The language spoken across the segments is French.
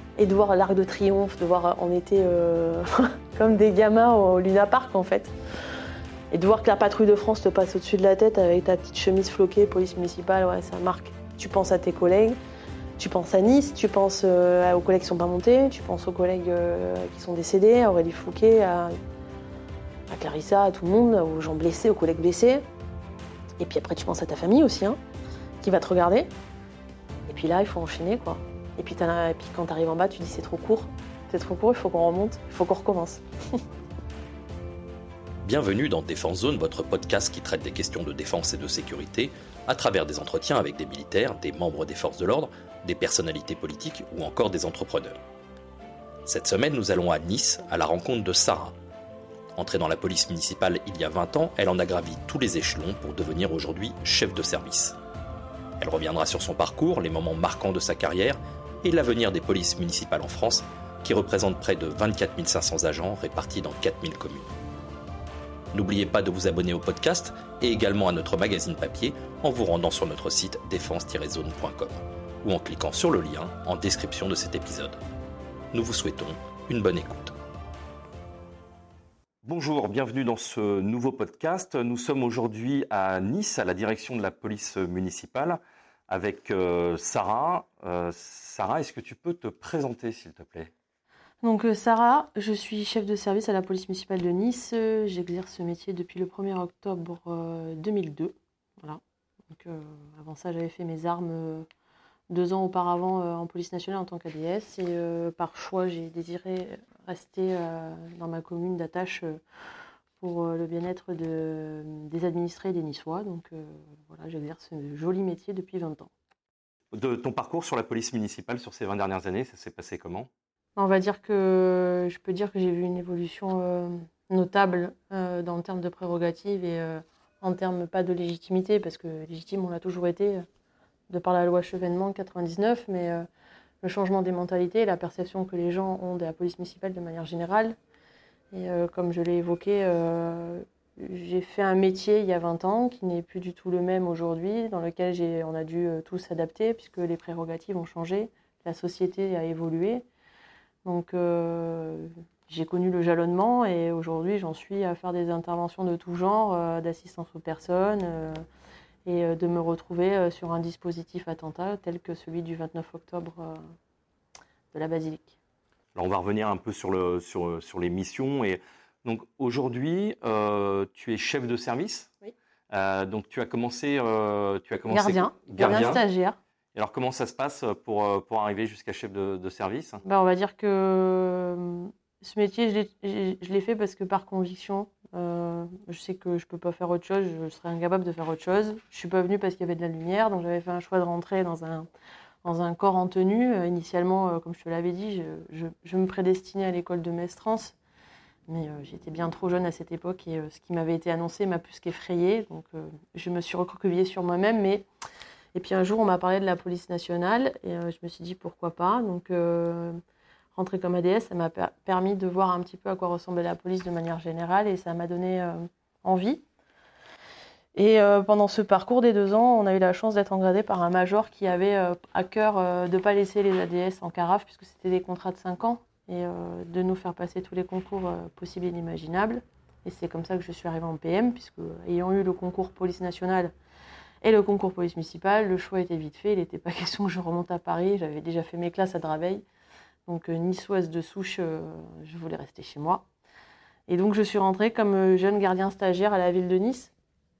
Et de voir l'Arc de Triomphe, on était comme des gamins au Luna Park en fait. Et de voir que la patrouille de France te passe au-dessus de la tête avec ta petite chemise floquée, police municipale, ouais, ça marque. Tu penses à tes collègues, tu penses à Nice, tu penses aux collègues qui sont pas montés, tu penses aux collègues qui sont décédés, à Aurélie Fouquet, à Clarissa, à tout le monde, aux gens blessés, aux collègues blessés. Et puis après, tu penses à ta famille aussi, hein, qui va te regarder. Et puis là, il faut enchaîner, quoi. Et puis quand tu arrives en bas, tu dis c'est trop court, il faut qu'on remonte, il faut qu'on recommence. Bienvenue dans Défense Zone, votre podcast qui traite des questions de défense et de sécurité à travers des entretiens avec des militaires, des membres des forces de l'ordre, des personnalités politiques ou encore des entrepreneurs. Cette semaine, nous allons à Nice à la rencontre de Sarah. Entrée dans la police municipale il y a 20 ans, elle en a gravi tous les échelons pour devenir aujourd'hui chef de service. Elle reviendra sur son parcours, les moments marquants de sa carrière et l'avenir des polices municipales en France, qui représentent près de 24 500 agents répartis dans 4000 communes. N'oubliez pas de vous abonner au podcast et également à notre magazine papier en vous rendant sur notre site défense-zone.com ou en cliquant sur le lien en description de cet épisode. Nous vous souhaitons une bonne écoute. Bonjour, bienvenue dans ce nouveau podcast. Nous sommes aujourd'hui à Nice, à la direction de la police municipale, avec Sarah. Sarah, est-ce que tu peux te présenter, s'il te plaît ? Donc Sarah, je suis chef de service à la police municipale de Nice. J'exerce ce métier depuis le 1er octobre 2002. Voilà. Donc, avant ça, j'avais fait mes armes 2 ans auparavant en police nationale en tant qu'ADS. Et par choix, j'ai désiré rester dans ma commune d'attache pour le bien-être des administrés et des Niçois. Donc voilà, j'exerce ce joli métier depuis 20 ans. De ton parcours sur la police municipale sur ces 20 dernières années, ça s'est passé comment ? On va dire que je peux dire que j'ai vu une évolution notable dans le terme de prérogatives et en termes pas de légitimité, parce que légitime on l'a toujours été de par la loi Chevènement 99, mais le changement des mentalités, la perception que les gens ont de la police municipale de manière générale. Et comme je l'ai évoqué, j'ai fait un métier il y a 20 ans qui n'est plus du tout le même aujourd'hui, dans lequel on a dû tous s'adapter puisque les prérogatives ont changé, la société a évolué. Donc j'ai connu le jalonnement et aujourd'hui j'en suis à faire des interventions de tout genre, d'assistance aux personnes et de me retrouver sur un dispositif attentat tel que celui du 29 octobre de la Basilique. Alors on va revenir un peu sur les missions. Et donc aujourd'hui, tu es chef de service. Oui. Donc tu as commencé Gardien stagiaire. Et alors comment ça se passe pour arriver jusqu'à chef de service ? On va dire que ce métier, je l'ai fait parce que par conviction, je sais que je ne peux pas faire autre chose, je serais incapable de faire autre chose. Je ne suis pas venue parce qu'il y avait de la lumière, donc j'avais fait un choix de rentrer dans un corps en tenue. Initialement, comme je te l'avais dit, je me prédestinais à l'école de Mestrance, mais j'étais bien trop jeune à cette époque et ce qui m'avait été annoncé m'a plus qu'effrayée. Donc je me suis recroquevillée sur moi-même, Et puis un jour, on m'a parlé de la police nationale et je me suis dit pourquoi pas. Donc rentrer comme ADS, ça m'a permis de voir un petit peu à quoi ressemblait la police de manière générale et ça m'a donné envie. Et pendant ce parcours des 2 ans, on a eu la chance d'être engradé par un major qui avait à cœur de ne pas laisser les ADS en carafe puisque c'était des contrats de 5 ans et de nous faire passer tous les concours possibles et inimaginables. Et c'est comme ça que je suis arrivée en PM puisque ayant eu le concours police nationale et le concours police municipale, le choix était vite fait. Il n'était pas question que je remonte à Paris. J'avais déjà fait mes classes à Draveil. Donc niçoise de souche, je voulais rester chez moi. Et donc je suis rentrée comme jeune gardien stagiaire à la ville de Nice.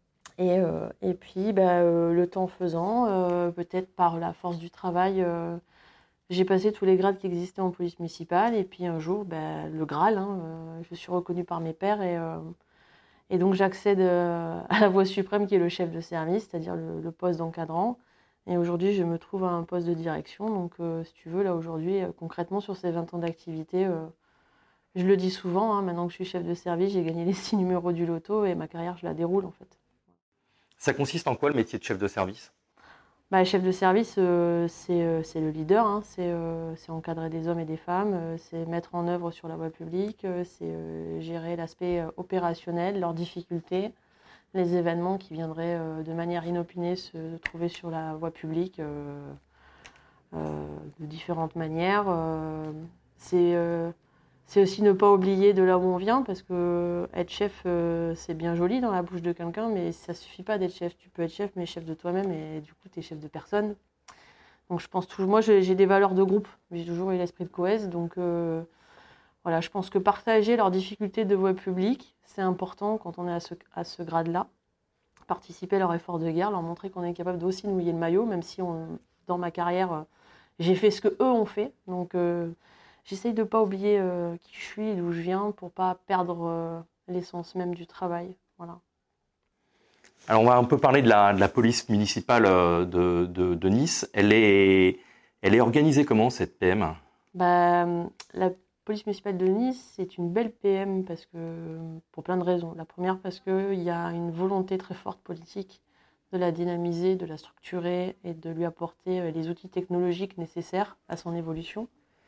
Et puis le temps faisant, peut-être par la force du travail, j'ai passé tous les grades qui existaient en police municipale. Et puis un jour, le Graal, je suis reconnue par mes pairs et donc j'accède à la voie suprême qui est le chef de service, c'est-à-dire le poste d'encadrant. Et aujourd'hui, je me trouve à un poste de direction. Donc si tu veux, là aujourd'hui, concrètement sur ces 20 ans d'activité, je le dis souvent, maintenant que je suis chef de service, j'ai gagné les 6 numéros du loto et ma carrière, je la déroule en fait. Ça consiste en quoi le métier de chef de service ? Chef de service, c'est le leader, c'est encadrer des hommes et des femmes, c'est mettre en œuvre sur la voie publique, c'est gérer l'aspect opérationnel, leurs difficultés, les événements qui viendraient de manière inopinée se trouver sur la voie publique. de différentes manières. C'est aussi ne pas oublier de là où on vient, parce que être chef, c'est bien joli dans la bouche de quelqu'un, mais ça suffit pas d'être chef. Tu peux être chef, mais chef de toi-même, et du coup, tu es chef de personne. Donc je pense toujours, moi j'ai des valeurs de groupe, j'ai toujours eu l'esprit de cohèse, donc voilà, je pense que partager leurs difficultés de voie publique, c'est important quand on est à ce grade-là. Participer à leur effort de guerre, leur montrer qu'on est capable d'aussi mouiller le maillot, même si dans ma carrière, j'ai fait ce que eux ont fait. Donc j'essaye de ne pas oublier qui je suis et d'où je viens pour ne pas perdre l'essence même du travail. Voilà. Alors on va un peu parler de la police municipale de Nice. Elle est organisée comment, cette PM ? La police municipale de Nice, c'est une belle PM pour plein de raisons. La première, parce qu'il y a une volonté très forte politique de la dynamiser, de la structurer et de lui apporter les outils technologiques nécessaires à son évolution.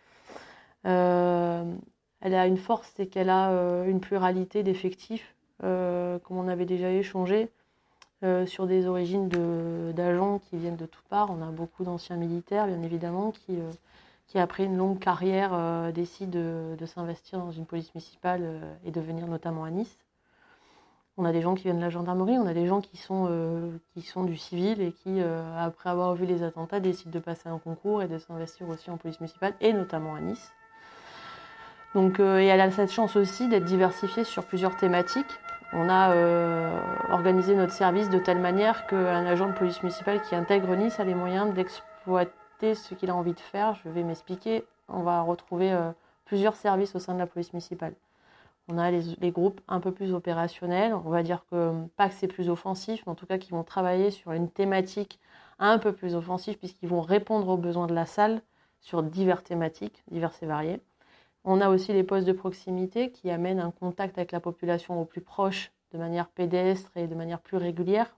Elle a une force, c'est qu'elle a une pluralité d'effectifs, comme on avait déjà échangé, sur des origines d'agents qui viennent de toutes parts. On a beaucoup d'anciens militaires, bien évidemment, qui après une longue carrière, décident de s'investir dans une police municipale et de venir notamment à Nice. On a des gens qui viennent de la gendarmerie, on a des gens qui sont du civil et qui, après avoir vu les attentats, décident de passer un concours et de s'investir aussi en police municipale, et notamment à Nice. Donc, et elle a cette chance aussi d'être diversifiée sur plusieurs thématiques. On a organisé notre service de telle manière qu'un agent de police municipale qui intègre Nice a les moyens d'exploiter ce qu'il a envie de faire. Je vais m'expliquer. On va retrouver plusieurs services au sein de la police municipale. On a les groupes un peu plus opérationnels. On va dire pas que c'est plus offensif, mais en tout cas qui vont travailler sur une thématique un peu plus offensive, puisqu'ils vont répondre aux besoins de la salle sur diverses thématiques, diverses et variées. On a aussi les postes de proximité qui amènent un contact avec la population au plus proche, de manière pédestre et de manière plus régulière.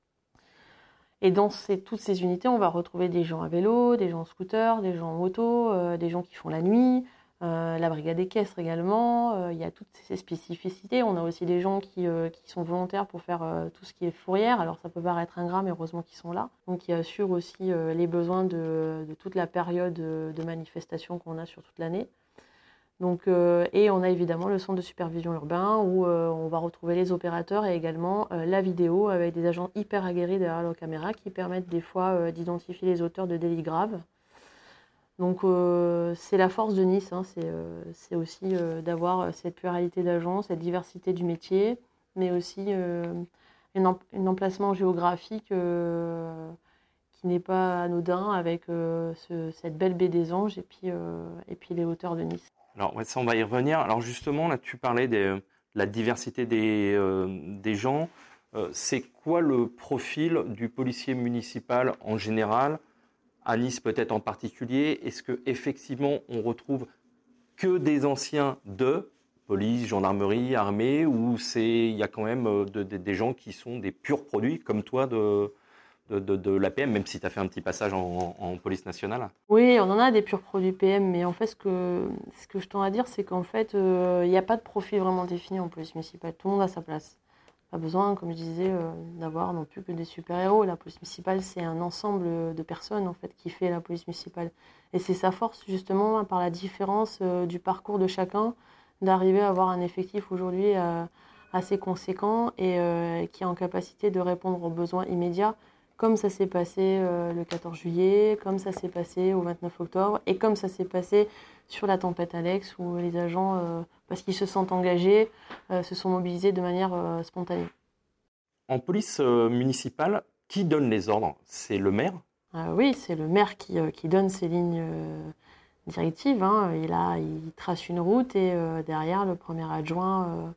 Et dans toutes ces unités, on va retrouver des gens à vélo, des gens en scooter, des gens en moto, des gens qui font la nuit, la brigade équestre également. Il y a toutes ces spécificités. On a aussi des gens qui sont volontaires pour faire tout ce qui est fourrière. Alors ça peut paraître ingrat, mais heureusement qu'ils sont là. Donc qui assurent aussi les besoins de toute la période de manifestation qu'on a sur toute l'année. Donc, et on a évidemment le centre de supervision urbain où on va retrouver les opérateurs et également la vidéo avec des agents hyper aguerris derrière leur caméra qui permettent des fois d'identifier les auteurs de délits graves. Donc c'est la force de Nice, hein, c'est aussi d'avoir cette pluralité d'agents, cette diversité du métier, mais aussi un emplacement géographique qui n'est pas anodin avec cette belle baie des Anges et puis les hauteurs de Nice. Alors, ouais, ça, on va y revenir. Alors, justement, là, tu parlais de la diversité des gens. C'est quoi le profil du policier municipal en général, à Nice peut-être en particulier? Est-ce qu'effectivement, on retrouve que des anciens de police, gendarmerie, armée, ou il y a quand même des gens qui sont des purs produits, comme toi, de l'APM, même si tu as fait un petit passage en police nationale? Oui, on en a des purs produits PM, mais en fait, ce que je tends à dire, c'est qu'en fait, il n'y a pas de profil vraiment défini en police municipale. Tout le monde a sa place. Pas besoin, comme je disais, d'avoir non plus que des super-héros. La police municipale, c'est un ensemble de personnes, en fait, qui fait la police municipale. Et c'est sa force, justement, par la différence du parcours de chacun, d'arriver à avoir un effectif aujourd'hui assez conséquent et qui est en capacité de répondre aux besoins immédiats, comme ça s'est passé le 14 juillet, comme ça s'est passé au 29 octobre, et comme ça s'est passé sur la tempête Alex, où les agents, parce qu'ils se sentent engagés, se sont mobilisés de manière spontanée. En police municipale, qui donne les ordres? C'est le maire? Oui, c'est le maire qui donne ses lignes directives. Hein. Il trace une route et derrière, le premier adjoint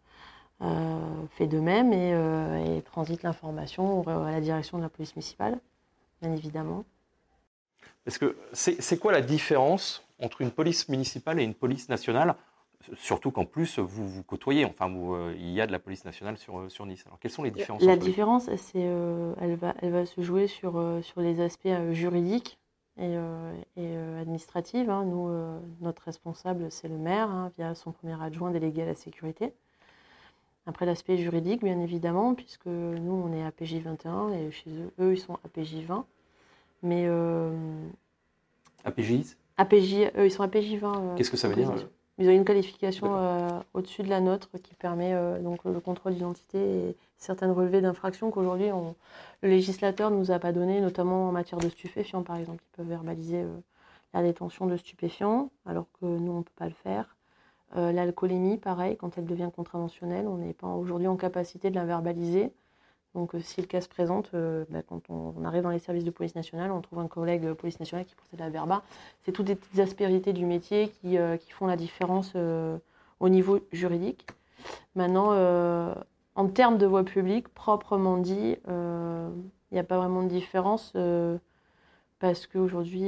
fait de même et transite l'information à la direction de la police municipale, bien évidemment. Parce que c'est quoi la différence entre une police municipale et une police nationale? Surtout qu'en plus, vous côtoyez, enfin, il y a de la police nationale sur Nice. Alors, quelles sont les différences? La différence, elle va se jouer sur les aspects juridiques et administratifs. Hein. Nous, notre responsable, c'est le maire, hein, via son premier adjoint délégué à la sécurité. Après, l'aspect juridique, bien évidemment, puisque nous, on est APJ 21 et chez eux, ils sont APJ 20. Mais APJs? APJ, ils sont APJ 20. Qu'est-ce que ça veut dire? Ils ont une qualification au-dessus de la nôtre qui permet donc le contrôle d'identité et certaines relevés d'infractions qu'aujourd'hui le législateur ne nous a pas donné, notamment en matière de stupéfiants par exemple. Ils peuvent verbaliser la détention de stupéfiants alors que nous on ne peut pas le faire. L'alcoolémie, pareil, quand elle devient contraventionnelle, on n'est pas aujourd'hui en capacité de la verbaliser. Donc si le cas se présente, quand on arrive dans les services de police nationale, on trouve un collègue police nationale qui procède à la verba. C'est toutes des petites aspérités du métier qui font la différence au niveau juridique. Maintenant, en termes de voie publique, proprement dit, il n'y a pas vraiment de différence parce qu'aujourd'hui,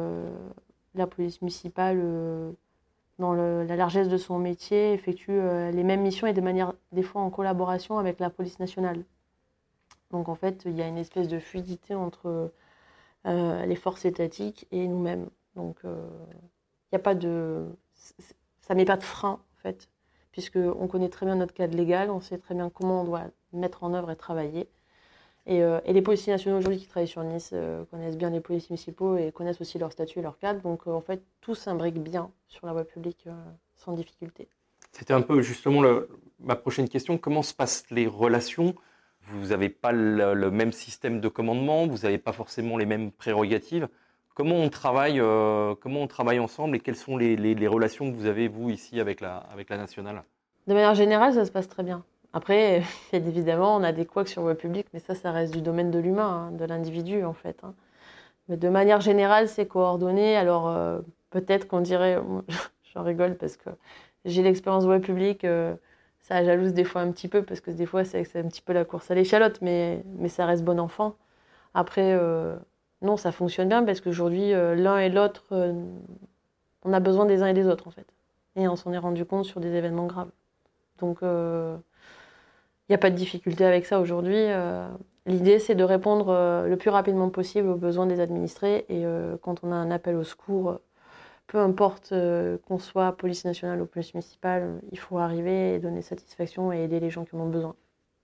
la police municipale, dans la largesse de son métier, effectue les mêmes missions et de manière des fois en collaboration avec la police nationale. Donc en fait, il y a une espèce de fluidité entre les forces étatiques et nous-mêmes. Donc il n'y a pas de... Ça ne met pas de frein, en fait, puisqu'on connaît très bien notre cadre légal, on sait très bien comment on doit mettre en œuvre et travailler. Et les policiers nationaux aujourd'hui qui travaillent sur Nice connaissent bien les policiers municipaux et connaissent aussi leur statut et leur cadre. Donc en fait, tout s'imbrique bien sur la voie publique sans difficulté. C'était un peu justement ma prochaine question. Comment se passent les relations ? Vous n'avez pas le même système de commandement, vous n'avez pas forcément les mêmes prérogatives. Comment on travaille ensemble et quelles sont les relations que vous avez, vous, ici, avec la nationale ? De manière générale, ça se passe très bien. Après, évidemment, on a des couacs sur voie publique, mais ça reste du domaine de l'humain, de l'individu, en fait. Mais de manière générale, c'est coordonné. Alors, peut-être qu'on dirait... J'en rigole parce que j'ai l'expérience voie publique... Ça jalouse des fois un petit peu, parce que des fois, c'est un petit peu la course à l'échalote, mais ça reste bon enfant. Après, non, ça fonctionne bien, parce qu'aujourd'hui, l'un et l'autre, on a besoin des uns et des autres, en fait. Et on s'en est rendu compte sur des événements graves. Donc, il n'y a pas de difficulté avec ça aujourd'hui. L'idée, c'est de répondre le plus rapidement possible aux besoins des administrés. Et quand on a un appel au secours... Peu importe qu'on soit police nationale ou police municipale, il faut arriver et donner satisfaction et aider les gens qui en ont besoin.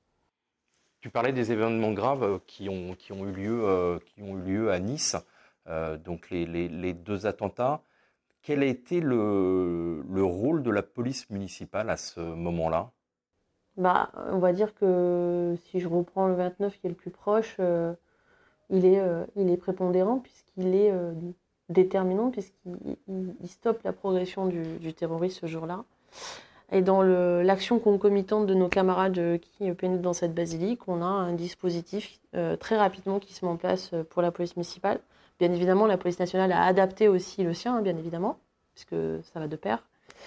Tu parlais des événements graves qui ont eu lieu à Nice, donc les deux attentats. Quel a été le rôle de la police municipale à ce moment-là ? On va dire que si je reprends le 29 qui est le plus proche, il est prépondérant puisqu'il est... déterminant puisqu'il stoppe la progression du terrorisme ce jour-là. Et dans l'action concomitante de nos camarades qui pénètrent dans cette basilique, on a un dispositif très rapidement qui se met en place pour la police municipale. Bien évidemment, la police nationale a adapté aussi le sien, bien évidemment, puisque ça va de pair.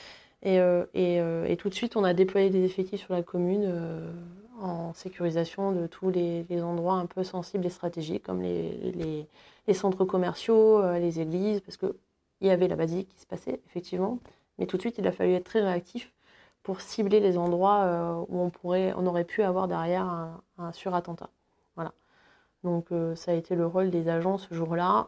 Et tout de suite, on a déployé des effectifs sur la commune en sécurisation de tous les endroits un peu sensibles et stratégiques, comme les centres commerciaux, les églises, parce qu'il y avait la basilique qui se passait, effectivement. Mais tout de suite, il a fallu être très réactif pour cibler les endroits où on aurait pu avoir derrière un surattentat. Voilà. Donc ça a été le rôle des agents ce jour-là.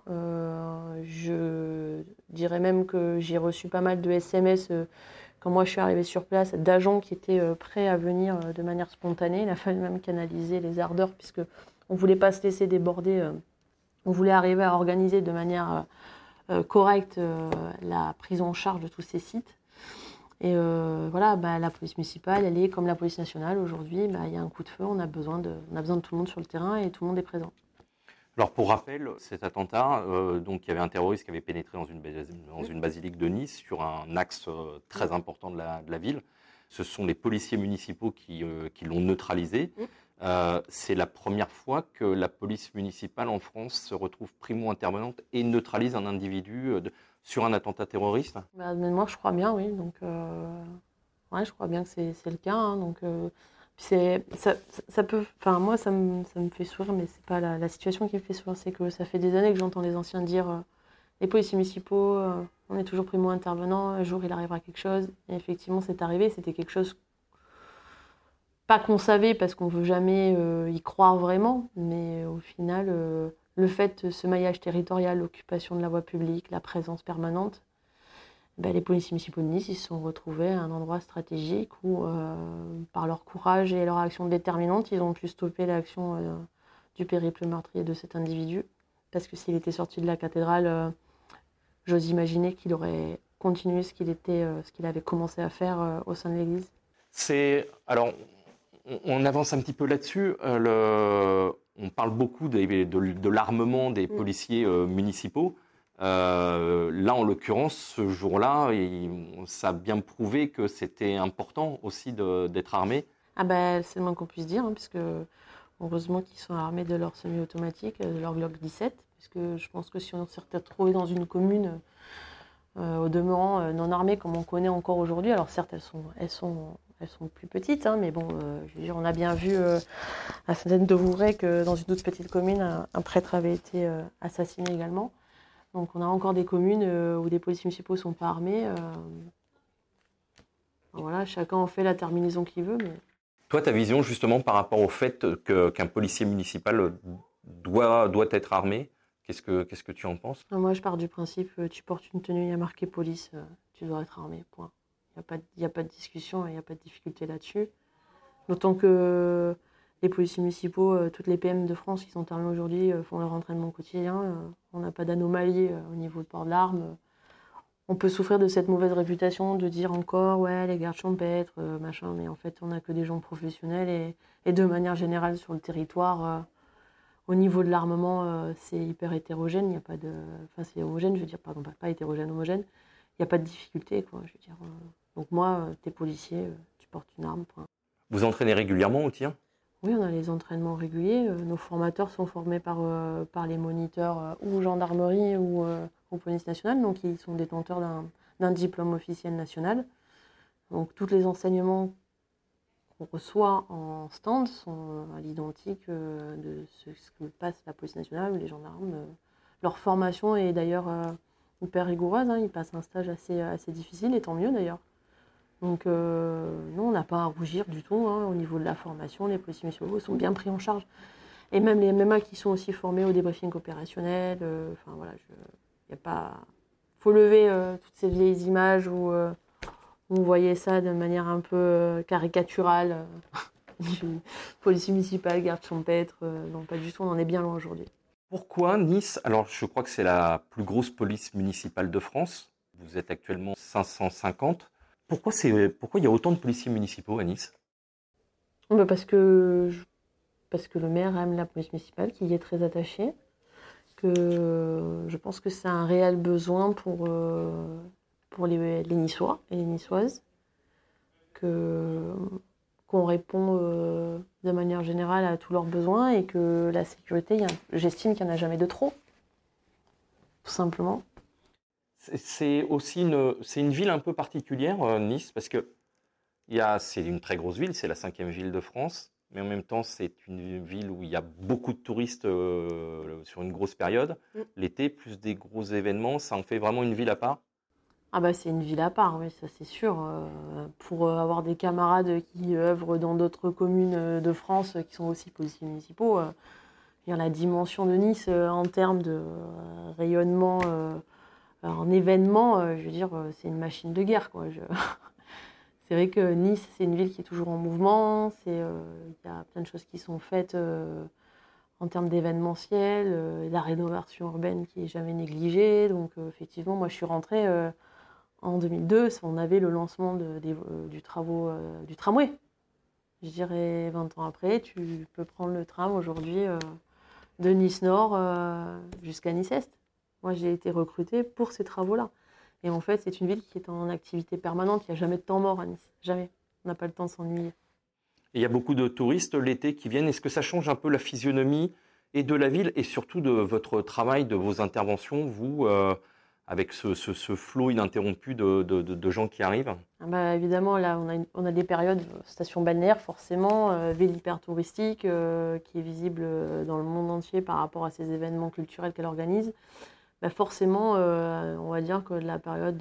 Je dirais même que j'ai reçu pas mal de SMS quand moi je suis arrivée sur place, d'agents qui étaient prêts à venir de manière spontanée. Il a fallu même canaliser les ardeurs puisqu'on ne voulait pas se laisser déborder. On voulait arriver à organiser de manière correcte la prise en charge de tous ces sites. Et voilà, la police municipale, elle est comme la police nationale. Aujourd'hui, il y a un coup de feu, on a besoin de tout le monde sur le terrain et tout le monde est présent. Alors pour rappel, cet attentat, donc il y avait un terroriste qui avait pénétré dans une basilique de Nice sur un axe très important de la ville. Ce sont les policiers municipaux qui l'ont neutralisé. C'est la première fois que la police municipale en France se retrouve primo-intervenante et neutralise un individu sur un attentat terroriste. Moi, je crois bien, oui. Donc, je crois bien que c'est le cas. Donc, ça peut. Enfin, moi, ça me fait sourire, mais c'est pas la situation qui me fait sourire. C'est que ça fait des années que j'entends les anciens dire les policiers municipaux, on est toujours primo-intervenant. Un jour, il arrivera quelque chose. Et effectivement, c'est arrivé. C'était quelque chose. Pas qu'on savait parce qu'on ne veut jamais y croire vraiment, mais au final, le fait, ce maillage territorial, l'occupation de la voie publique, la présence permanente, les policiers municipaux de Nice, ils se sont retrouvés à un endroit stratégique où, par leur courage et leur action déterminante, ils ont pu stopper l'action du périple meurtrier de cet individu. Parce que s'il était sorti de la cathédrale j'ose imaginer qu'il aurait continué ce qu'il avait commencé à faire au sein de l'Église. Alors, on avance un petit peu là-dessus. On parle beaucoup de l'armement des policiers municipaux. Là, en l'occurrence, ce jour-là, ça a bien prouvé que c'était important aussi d'être armé. Ah bah, c'est le moins qu'on puisse dire, hein, puisque heureusement qu'ils sont armés de leur semi-automatique, de leur Glock 17, puisque je pense que si on s'est retrouvé dans une commune au demeurant non armée comme on connaît encore aujourd'hui, alors certes elles sont plus petites, hein, mais bon, je veux dire, on a bien vu à Sainte-de-Vouvray que dans une autre petite commune, un prêtre avait été assassiné également. Donc on a encore des communes où des policiers municipaux ne sont pas armés. Voilà, chacun en fait la terminaison qu'il veut. Mais... Toi, ta vision justement par rapport au fait qu'un policier municipal doit être armé, qu'est-ce que tu en penses? Moi, je pars du principe, tu portes une tenue, il y a marqué police, tu dois être armé, point. Il n'y a pas de discussion, il n'y a pas de difficulté là-dessus. D'autant que les policiers municipaux, toutes les PM de France qui sont armés aujourd'hui font leur entraînement quotidien. On n'a pas d'anomalie au niveau de port de l'arme. On peut souffrir de cette mauvaise réputation de dire encore, ouais, les gardes champêtres, machin, mais en fait, on n'a que des gens professionnels et de manière générale sur le territoire, au niveau de l'armement, c'est hyper hétérogène. Il y a pas de, enfin, c'est homogène, je veux dire, pardon, pas hétérogène, homogène. Il n'y a pas de difficulté, quoi, je veux dire. Donc moi, t'es policier, tu portes une arme, point. Vous entraînez régulièrement au tir? Oui, on a les entraînements réguliers. Nos formateurs sont formés par les moniteurs ou gendarmerie ou police nationale, donc ils sont détenteurs d'un diplôme officiel national. Donc tous les enseignements qu'on reçoit en stand sont à l'identique de ce que passe la police nationale ou les gendarmes. Leur formation est d'ailleurs hyper rigoureuse, hein. Ils passent un stage assez difficile, et tant mieux d'ailleurs. Donc non, on n'a pas à rougir du tout, hein, au niveau de la formation. Les policiers municipaux sont bien pris en charge. Et même les MMA qui sont aussi formés au débriefing opérationnel. Enfin voilà, y a pas... faut lever toutes ces vieilles images où on voyait ça de manière un peu caricaturale. Du policier municipal, garde champêtre. Non, pas du tout, on en est bien loin aujourd'hui. Pourquoi Nice? Alors, je crois que c'est la plus grosse police municipale de France. Vous êtes actuellement 550. Pourquoi il y a autant de policiers municipaux à Nice? Parce que le maire aime la police municipale, qui y est très attaché. Que je pense que c'est un réel besoin pour les Niçois et les Niçoises. Qu'on répond de manière générale à tous leurs besoins et que la sécurité, j'estime qu'il n'y en a jamais de trop. Tout simplement. C'est aussi une ville un peu particulière, Nice, parce que c'est une très grosse ville, c'est la 5e ville de France, mais en même temps, c'est une ville où il y a beaucoup de touristes sur une grosse période. L'été, plus des gros événements, ça en fait vraiment une ville à part. Ah bah c'est une ville à part, oui, ça c'est sûr. Pour avoir des camarades qui œuvrent dans d'autres communes de France qui sont aussi policiers municipaux, la dimension de Nice en termes de rayonnement en événement, je veux dire, c'est une machine de guerre, quoi. C'est vrai que Nice, c'est une ville qui est toujours en mouvement. Il y a plein de choses qui sont faites en termes d'événementiel, la rénovation urbaine qui est jamais négligée. Donc effectivement, moi je suis rentrée en 2002, on avait le lancement du tramway. Je dirais 20 ans après, tu peux prendre le tram aujourd'hui de Nice Nord jusqu'à Nice Est. Moi, j'ai été recrutée pour ces travaux-là. Et en fait, c'est une ville qui est en activité permanente. Il n'y a jamais de temps mort à Nice. Jamais. On n'a pas le temps de s'ennuyer. Et il y a beaucoup de touristes l'été qui viennent. Est-ce que ça change un peu la physionomie et de la ville et surtout de votre travail, de vos interventions, vous, avec ce flot ininterrompu de gens qui arrivent? Ah bah, évidemment, là, on a des périodes, station balnéaire, forcément, ville hyper touristique, qui est visible dans le monde entier par rapport à ces événements culturels qu'elle organise. Bah forcément, on va dire que la période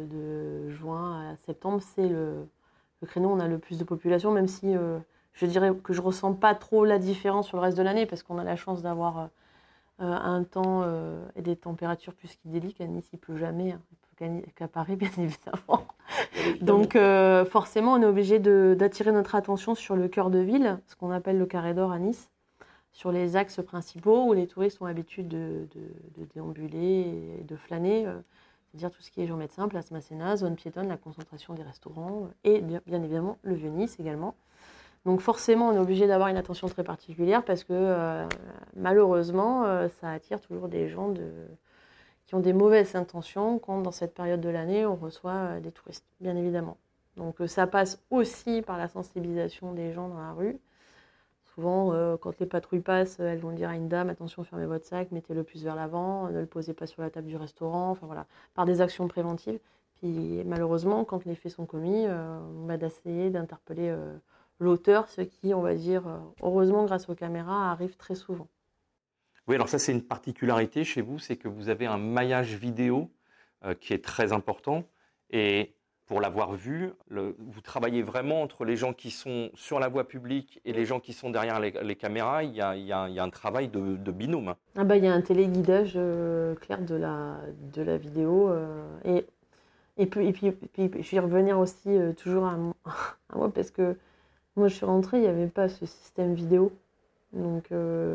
de juin à septembre, c'est le créneau où on a le plus de population, même si je dirais que je ne ressens pas trop la différence sur le reste de l'année, parce qu'on a la chance d'avoir un temps et des températures plus qu'idylliques. À Nice, il ne pleut jamais, hein. Il pleut qu'à Paris, bien évidemment. Donc forcément, on est obligé d'attirer notre attention sur le cœur de ville, ce qu'on appelle le Carré d'Or à Nice, sur les axes principaux où les touristes ont l'habitude de déambuler et de flâner. c'est-à-dire tout ce qui est Jean Médecin, Place Masséna, zone piétonne, la concentration des restaurants et bien évidemment le Vieux-Nice également. Donc forcément, on est obligé d'avoir une attention très particulière parce que malheureusement, ça attire toujours des gens qui ont des mauvaises intentions quand dans cette période de l'année, on reçoit des touristes, bien évidemment. Donc ça passe aussi par la sensibilisation des gens dans la rue. Souvent, quand les patrouilles passent, elles vont dire à une dame, attention, fermez votre sac, mettez-le plus vers l'avant, ne le posez pas sur la table du restaurant, enfin voilà, par des actions préventives. Puis malheureusement, quand les faits sont commis, on va essayer d'interpeller l'auteur, ce qui, on va dire, heureusement grâce aux caméras, arrive très souvent. Oui, alors ça c'est une particularité chez vous, c'est que vous avez un maillage vidéo qui est très important. Et pour l'avoir vu, vous travaillez vraiment entre les gens qui sont sur la voie publique et les gens qui sont derrière les caméras. Il y a un travail de binôme. Ah bah, il y a un téléguidage clair de la vidéo. Et puis, je vais revenir aussi toujours à moi, parce que moi je suis rentrée, il n'y avait pas ce système vidéo. Donc,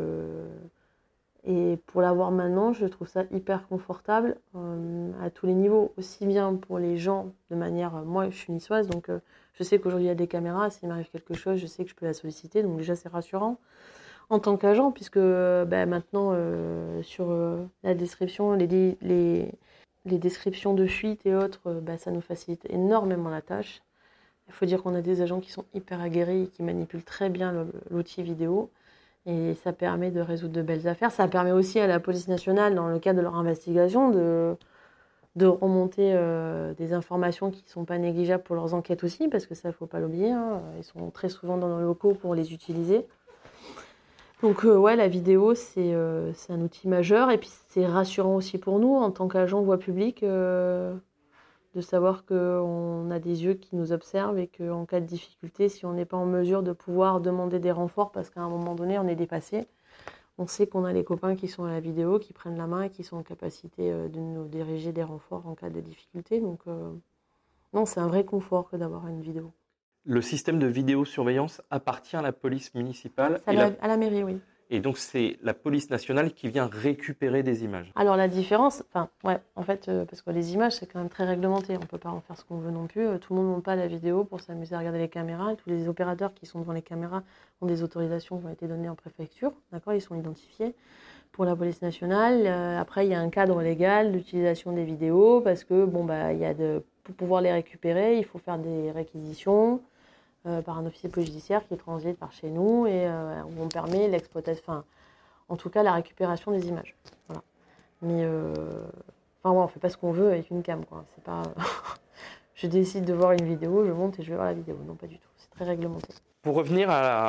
et pour l'avoir maintenant, je trouve ça hyper confortable à tous les niveaux, aussi bien pour les gens de manière... moi, je suis niçoise, donc je sais qu'aujourd'hui il y a des caméras, s'il m'arrive quelque chose, je sais que je peux la solliciter, donc déjà c'est rassurant. En tant qu'agent, puisque maintenant, sur la description, les descriptions de fuite et autres, ça nous facilite énormément la tâche. Il faut dire qu'on a des agents qui sont hyper aguerris et qui manipulent très bien l'outil vidéo. Et ça permet de résoudre de belles affaires. Ça permet aussi à la police nationale, dans le cadre de leur investigation, de remonter des informations qui ne sont pas négligeables pour leurs enquêtes aussi, parce que ça, il ne faut pas l'oublier. Hein. Ils sont très souvent dans nos locaux pour les utiliser. Donc ouais, la vidéo, c'est un outil majeur. Et puis c'est rassurant aussi pour nous, en tant qu'agents voie publique, de savoir qu'on a des yeux qui nous observent et qu'en cas de difficulté, si on n'est pas en mesure de pouvoir demander des renforts parce qu'à un moment donné, on est dépassé, on sait qu'on a les copains qui sont à la vidéo, qui prennent la main et qui sont en capacité de nous diriger des renforts en cas de difficulté. Donc non, c'est un vrai confort que d'avoir une vidéo. Le système de vidéosurveillance appartient à la police municipale À la mairie, oui. Et donc, c'est la police nationale qui vient récupérer des images. Alors, la différence, en fait, parce que les images, c'est quand même très réglementé. On ne peut pas en faire ce qu'on veut non plus. Tout le monde ne monte pas la vidéo pour s'amuser à regarder les caméras. Et tous les opérateurs qui sont devant les caméras ont des autorisations qui ont été données en préfecture. D'accord, ils sont identifiés pour la police nationale. Après, il y a un cadre légal d'utilisation des vidéos parce que, pour pouvoir les récupérer, il faut faire des réquisitions par un officier de police judiciaire qui transite par chez nous et où on permet l'exploitation, en tout cas la récupération des images. Voilà. Mais on fait pas ce qu'on veut avec une cam, quoi. C'est pas je décide de voir une vidéo, je monte et je vais voir la vidéo. Non, pas du tout. C'est très réglementé. Pour revenir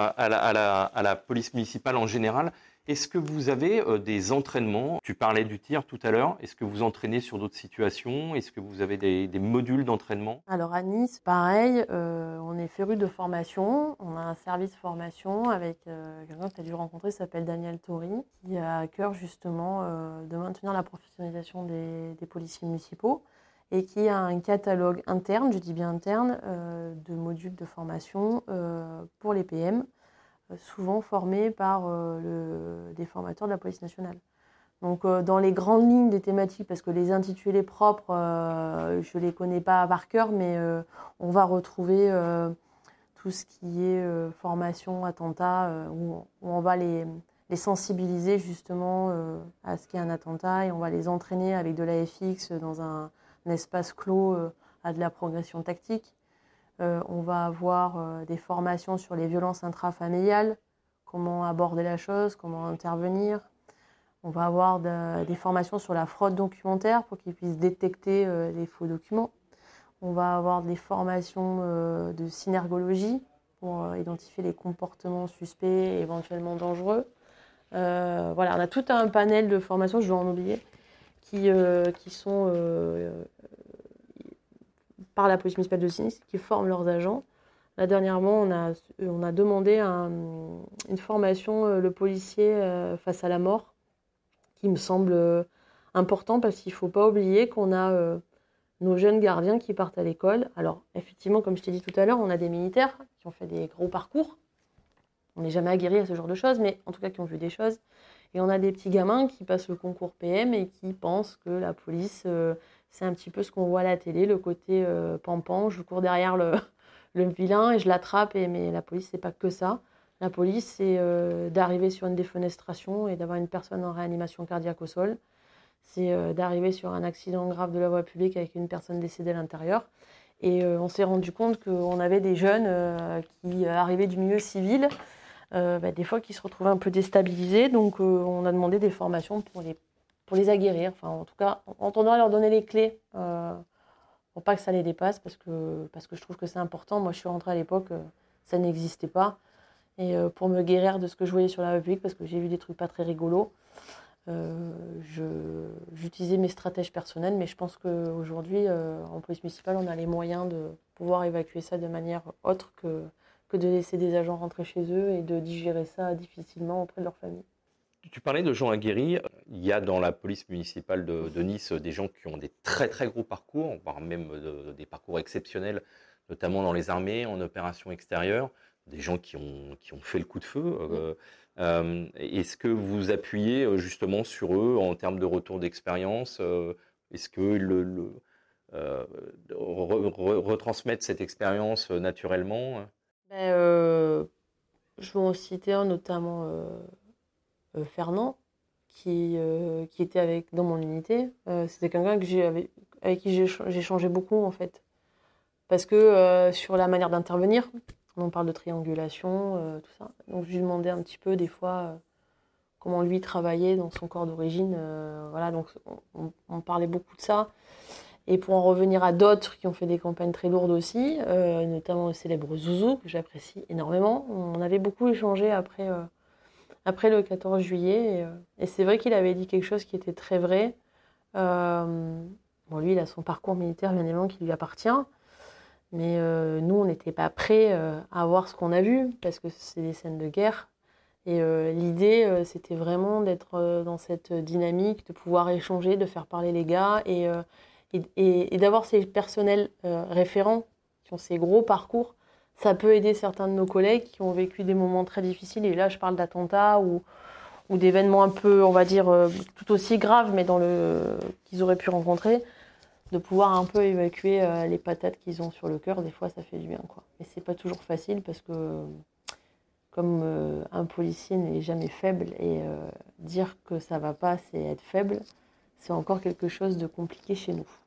à la police municipale en général, est-ce que vous avez des entraînements? Tu parlais du tir tout à l'heure. Est-ce que vous entraînez sur d'autres situations? Est-ce que vous avez des modules d'entraînement? Alors à Nice, pareil, on est férus de formation. On a un service formation avec quelqu'un que tu as dû rencontrer, qui s'appelle Daniel Tori, qui a à cœur justement de maintenir la professionnalisation des policiers municipaux et qui a un catalogue interne, je dis bien interne, de modules de formation pour les PM, souvent formés par des formateurs de la police nationale. Donc dans les grandes lignes des thématiques, parce que les intitulés propres, je ne les connais pas par cœur, mais on va retrouver tout ce qui est formation, attentat, où on va les sensibiliser justement à ce qu'est un attentat et on va les entraîner avec de l'AFX dans un espace clos à de la progression tactique. On va avoir des formations sur les violences intrafamiliales, comment aborder la chose, comment intervenir. On va avoir des formations sur la fraude documentaire pour qu'ils puissent détecter les faux documents. On va avoir des formations de synergologie pour identifier les comportements suspects et éventuellement dangereux. On a tout un panel de formations, je dois en oublier, qui sont par la police municipale de Nice, qui forment leurs agents. Là, dernièrement, on a demandé une formation, le policier face à la mort, qui me semble important parce qu'il ne faut pas oublier qu'on a nos jeunes gardiens qui partent à l'école. Alors, effectivement, comme je t'ai dit tout à l'heure, on a des militaires qui ont fait des gros parcours. On n'est jamais aguerri à ce genre de choses, mais en tout cas qui ont vu des choses. Et on a des petits gamins qui passent le concours PM et qui pensent que la police, C'est un petit peu ce qu'on voit à la télé, le côté pampan, je cours derrière le vilain et je l'attrape. Mais la police, c'est pas que ça. La police, c'est d'arriver sur une défenestration et d'avoir une personne en réanimation cardiaque au sol. C'est d'arriver sur un accident grave de la voie publique avec une personne décédée à l'intérieur. Et on s'est rendu compte qu'on avait des jeunes qui arrivaient du milieu civil, des fois qui se retrouvaient un peu déstabilisés. Donc on a demandé des formations pour les aguerrir. Enfin, en tout cas, on doit leur donner les clés pour pas que ça les dépasse, parce que je trouve que c'est important. Moi, je suis rentrée à l'époque, ça n'existait pas. Et pour me guérir de ce que je voyais sur la voie publique, parce que j'ai vu des trucs pas très rigolos, j'utilisais mes stratèges personnels, mais je pense qu'aujourd'hui, en police municipale, on a les moyens de pouvoir évacuer ça de manière autre que de laisser des agents rentrer chez eux et de digérer ça difficilement auprès de leur famille. Tu parlais de gens aguerris. Il y a dans la police municipale de Nice des gens qui ont des très très gros parcours, voire même des parcours exceptionnels, notamment dans les armées, en opération extérieure, des gens qui ont fait le coup de feu. Est-ce que vous appuyez justement sur eux en termes de retour d'expérience? Est-ce qu'ils retransmettent cette expérience naturellement? Je vais en citer un, notamment Fernand, qui était dans mon unité. C'était quelqu'un avec qui j'ai changé beaucoup, en fait. Parce que sur la manière d'intervenir, on parle de triangulation, tout ça. Donc je lui demandais un petit peu des fois comment lui travaillait dans son corps d'origine. Voilà, donc on parlait beaucoup de ça. Et pour en revenir à d'autres qui ont fait des campagnes très lourdes aussi, notamment le célèbre Zouzou, que j'apprécie énormément. On avait beaucoup échangé après le 14 juillet. Et c'est vrai qu'il avait dit quelque chose qui était très vrai. Lui, il a son parcours militaire, bien évidemment, qui lui appartient. Mais nous, on n'était pas prêts à voir ce qu'on a vu, parce que c'est des scènes de guerre. Et l'idée, c'était vraiment d'être dans cette dynamique, de pouvoir échanger, de faire parler les gars, et d'avoir ces personnels référents qui ont ces gros parcours. Ça peut aider certains de nos collègues qui ont vécu des moments très difficiles. Et là, je parle d'attentats ou d'événements un peu, on va dire, tout aussi graves, mais qu'ils auraient pu rencontrer. De pouvoir un peu évacuer les patates qu'ils ont sur le cœur, des fois ça fait du bien, quoi. Mais c'est pas toujours facile, parce que comme un policier n'est jamais faible, et dire que ça va pas, c'est être faible, c'est encore quelque chose de compliqué chez nous.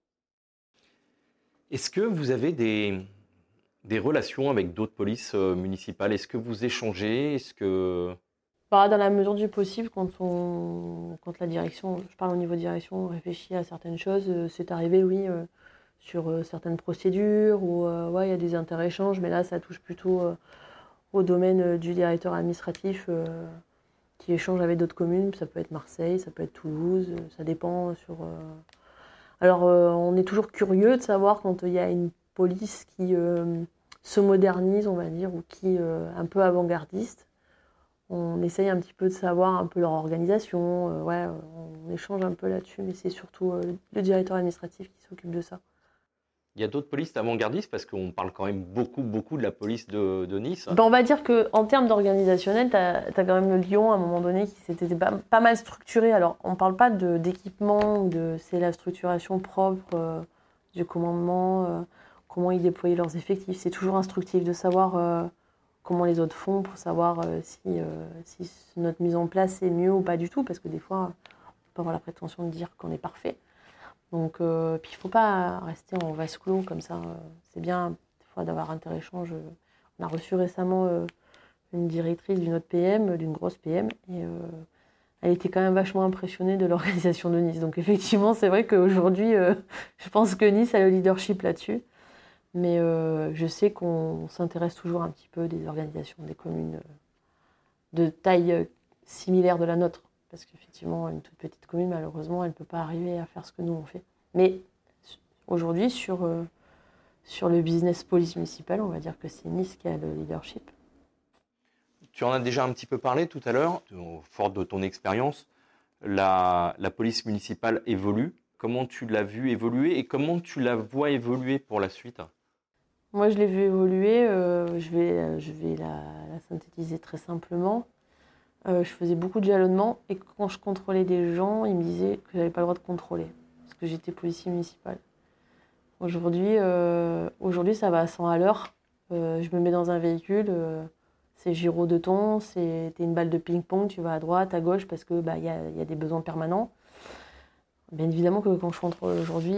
Est-ce que vous avez des relations avec d'autres polices municipales? Est-ce que vous échangez? Dans la mesure du possible, quand la direction, je parle au niveau direction, réfléchit à certaines choses, c'est arrivé, oui, sur certaines procédures, où il y a des inter-échanges, mais là, ça touche plutôt au domaine du directeur administratif qui échange avec d'autres communes. Ça peut être Marseille, ça peut être Toulouse, ça dépend Alors, on est toujours curieux de savoir quand il y a une police qui se modernise, on va dire, ou qui est un peu avant-gardiste. On essaye un petit peu de savoir un peu leur organisation, on échange un peu là-dessus, mais c'est surtout le directeur administratif qui s'occupe de ça. Il y a d'autres polices avant-gardistes, parce qu'on parle quand même beaucoup de la police de Nice. On va dire qu'en termes d'organisationnel, tu as quand même le Lyon à un moment donné qui s'était pas mal structuré. Alors, on ne parle pas d'équipement, c'est la structuration propre du commandement, comment ils déployaient leurs effectifs. C'est toujours instructif de savoir comment les autres font, pour savoir si notre mise en place est mieux ou pas du tout, parce que des fois, on peut avoir la prétention de dire qu'on est parfait. Donc, puis il ne faut pas rester en vase clos comme ça. C'est bien des fois d'avoir inter-échange. On a reçu récemment une directrice d'une autre PM, d'une grosse PM, et elle était quand même vachement impressionnée de l'organisation de Nice. Donc effectivement, c'est vrai qu'aujourd'hui, je pense que Nice a le leadership là-dessus. Mais je sais qu'on s'intéresse toujours un petit peu des organisations des communes de taille similaire de la nôtre. Parce qu'effectivement, une toute petite commune, malheureusement, elle ne peut pas arriver à faire ce que nous, on fait. Mais aujourd'hui, sur le business police municipale, on va dire que c'est Nice qui a le leadership. Tu en as déjà un petit peu parlé tout à l'heure. Fort de ton expérience, la police municipale évolue. Comment tu l'as vue évoluer et comment tu la vois évoluer pour la suite? Moi, je l'ai vue évoluer. Je vais la synthétiser très simplement. Je faisais beaucoup de jalonnement, et quand je contrôlais des gens, ils me disaient que je n'avais pas le droit de contrôler. Parce que j'étais policier municipal. Aujourd'hui, ça va à 100 à l'heure. Je me mets dans un véhicule, c'est gyro de ton, t'es une balle de ping-pong, tu vas à droite, à gauche, parce que y a des besoins permanents. Bien évidemment que quand je contrôle aujourd'hui,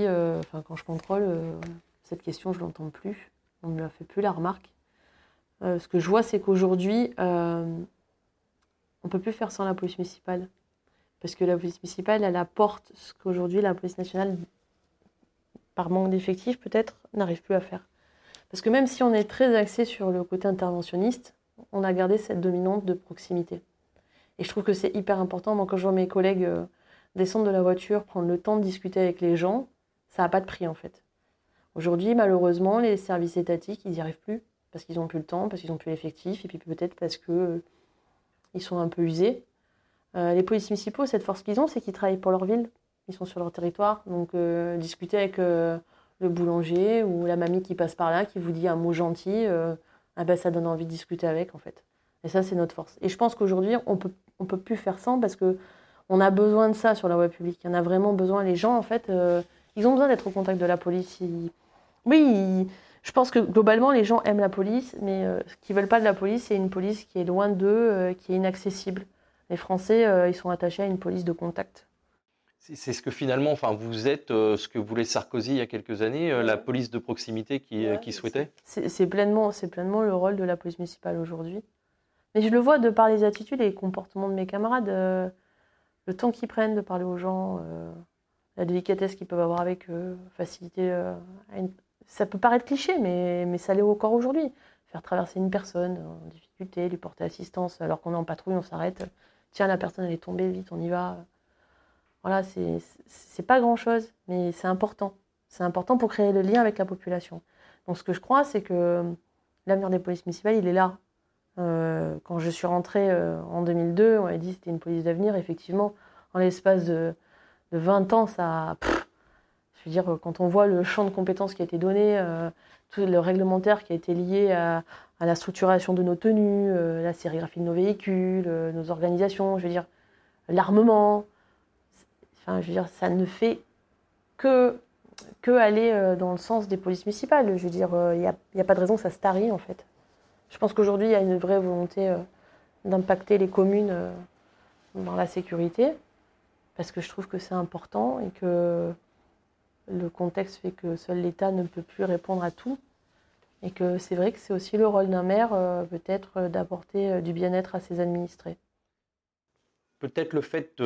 cette question, je ne l'entends plus. On ne me la fait plus la remarque. Ce que je vois, c'est qu'aujourd'hui, on ne peut plus faire sans la police municipale. Parce que la police municipale, elle apporte ce qu'aujourd'hui la police nationale, par manque d'effectifs peut-être, n'arrive plus à faire. Parce que même si on est très axé sur le côté interventionniste, on a gardé cette dominante de proximité. Et je trouve que c'est hyper important. Moi, quand je vois mes collègues descendre de la voiture, prendre le temps de discuter avec les gens, ça n'a pas de prix en fait. Aujourd'hui, malheureusement, les services étatiques, ils n'y arrivent plus. Parce qu'ils n'ont plus le temps, parce qu'ils n'ont plus l'effectif, et puis peut-être parce qu'ils sont un peu usés. Les policiers municipaux, cette force qu'ils ont, c'est qu'ils travaillent pour leur ville. Ils sont sur leur territoire. Donc, discuter avec le boulanger ou la mamie qui passe par là, qui vous dit un mot gentil, ça donne envie de discuter avec, en fait. Et ça, c'est notre force. Et je pense qu'aujourd'hui, on peut plus faire sans parce qu'on a besoin de ça sur la voie publique. Il y en a vraiment besoin. Les gens, en fait, ils ont besoin d'être au contact de la police. Je pense que globalement, les gens aiment la police, mais ce qu'ils ne veulent pas de la police, c'est une police qui est loin d'eux, qui est inaccessible. Les Français, ils sont attachés à une police de contact. C'est ce que finalement, vous êtes, ce que voulait Sarkozy il y a quelques années, la police de proximité qui souhaitait. C'est pleinement le rôle de la police municipale aujourd'hui. Mais je le vois de par les attitudes et les comportements de mes camarades, le temps qu'ils prennent de parler aux gens, la délicatesse qu'ils peuvent avoir avec eux, faciliter ça peut paraître cliché, mais ça l'est encore aujourd'hui. Faire traverser une personne en difficulté, lui porter assistance alors qu'on est en patrouille, on s'arrête. Tiens, la personne elle est tombée, vite, on y va. Voilà, c'est pas grand-chose, mais c'est important. C'est important pour créer le lien avec la population. Donc ce que je crois, c'est que l'avenir des polices municipales, il est là. Quand je suis rentrée en 2002, on m'a dit que c'était une police d'avenir. Effectivement, en l'espace de 20 ans, ça... Je veux dire, quand on voit le champ de compétences qui a été donné, tout le réglementaire qui a été lié à la structuration de nos tenues, la sérigraphie de nos véhicules, nos organisations, je veux dire, l'armement, je veux dire, ça ne fait que aller dans le sens des polices municipales. Je veux dire, il n'y a pas de raison que ça se tarie, en fait. Je pense qu'aujourd'hui, il y a une vraie volonté d'impacter les communes dans la sécurité, parce que je trouve que c'est important et que le contexte fait que seul l'État ne peut plus répondre à tout. Et que c'est vrai que c'est aussi le rôle d'un maire, peut-être, d'apporter du bien-être à ses administrés. Peut-être le fait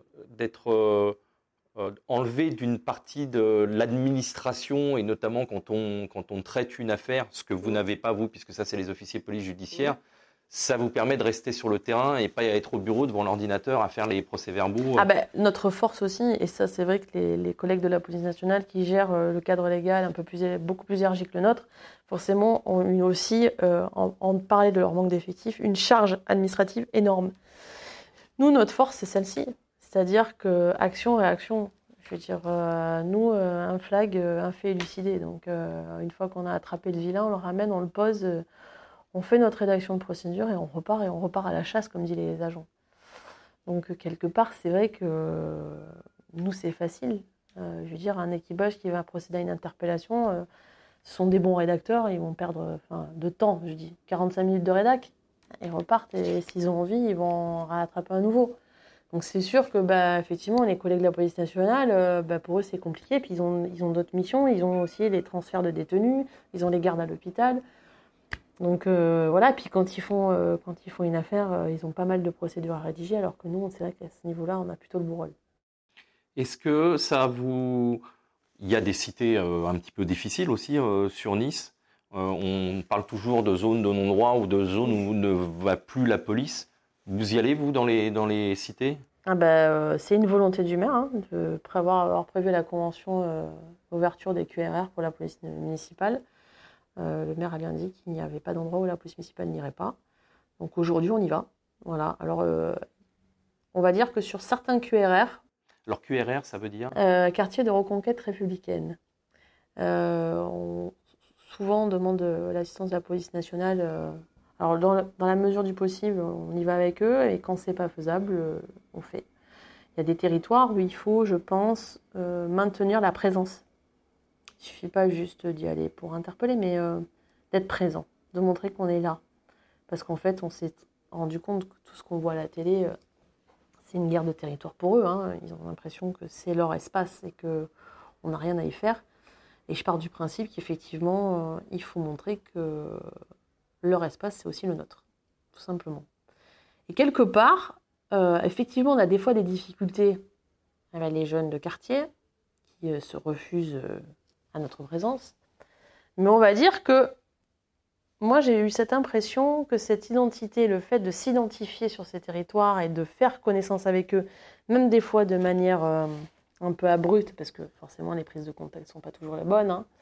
d'être enlevé d'une partie de l'administration, et notamment quand on traite une affaire, ce que vous n'avez pas, vous, puisque ça, c'est les officiers de police judiciaire, ça vous permet de rester sur le terrain et pas être au bureau devant l'ordinateur à faire les procès-verbaux. Notre force aussi, et ça c'est vrai que les collègues de la police nationale qui gèrent le cadre légal beaucoup plus élargi que le nôtre, forcément ont eu aussi, en parler de leur manque d'effectifs, une charge administrative énorme. Nous, notre force, c'est celle-ci. C'est-à-dire que action, réaction. Je veux dire, nous, un flag, un fait élucidé. Donc, une fois qu'on a attrapé le vilain, on le ramène, on le pose, on fait notre rédaction de procédure et on repart à la chasse, comme disent les agents. Donc, quelque part, c'est vrai que nous, c'est facile. Je veux dire, un équipage qui va procéder à une interpellation, ce sont des bons rédacteurs, ils vont perdre de temps, je dis, 45 minutes de rédac. Ils repartent et s'ils ont envie, ils vont rattraper un nouveau. Donc c'est sûr que effectivement, les collègues de la police nationale, pour eux c'est compliqué. Puis ils ont d'autres missions, ils ont aussi les transferts de détenus, ils ont les gardes à l'hôpital. Donc voilà, puis quand ils font une affaire, ils ont pas mal de procédures à rédiger, alors que nous, c'est vrai qu'à ce niveau-là, on a plutôt le bon rôle. Est-ce que il y a des cités un petit peu difficiles aussi sur Nice. On parle toujours de zones de non-droit ou de zones où ne va plus la police. Vous y allez, vous, dans les cités ? C'est une volonté du maire de avoir prévu la convention d'ouverture des QRR pour la police municipale. Le maire a bien dit qu'il n'y avait pas d'endroit où la police municipale n'irait pas. Donc aujourd'hui, on y va. Voilà. Alors, on va dire que sur certains QRR... Alors QRR, ça veut dire quartier de reconquête républicaine. Souvent, on demande l'assistance de la police nationale. Alors, dans la mesure du possible, on y va avec eux. Et quand c'est pas faisable, on fait. Il y a des territoires où il faut, je pense, maintenir la présence. Il ne suffit pas juste d'y aller pour interpeller, mais d'être présent, de montrer qu'on est là. Parce qu'en fait, on s'est rendu compte que tout ce qu'on voit à la télé, c'est une guerre de territoire pour eux. Hein. Ils ont l'impression que c'est leur espace et qu'on n'a rien à y faire. Et je pars du principe qu'effectivement, il faut montrer que leur espace, c'est aussi le nôtre, tout simplement. Et quelque part, effectivement, on a des fois des difficultés avec les jeunes de quartier qui se refusent à notre présence. Mais on va dire que moi, j'ai eu cette impression que cette identité, le fait de s'identifier sur ces territoires et de faire connaissance avec eux, même des fois de manière un peu abrupte, parce que forcément les prises de contact ne sont pas toujours les bonnes, hein,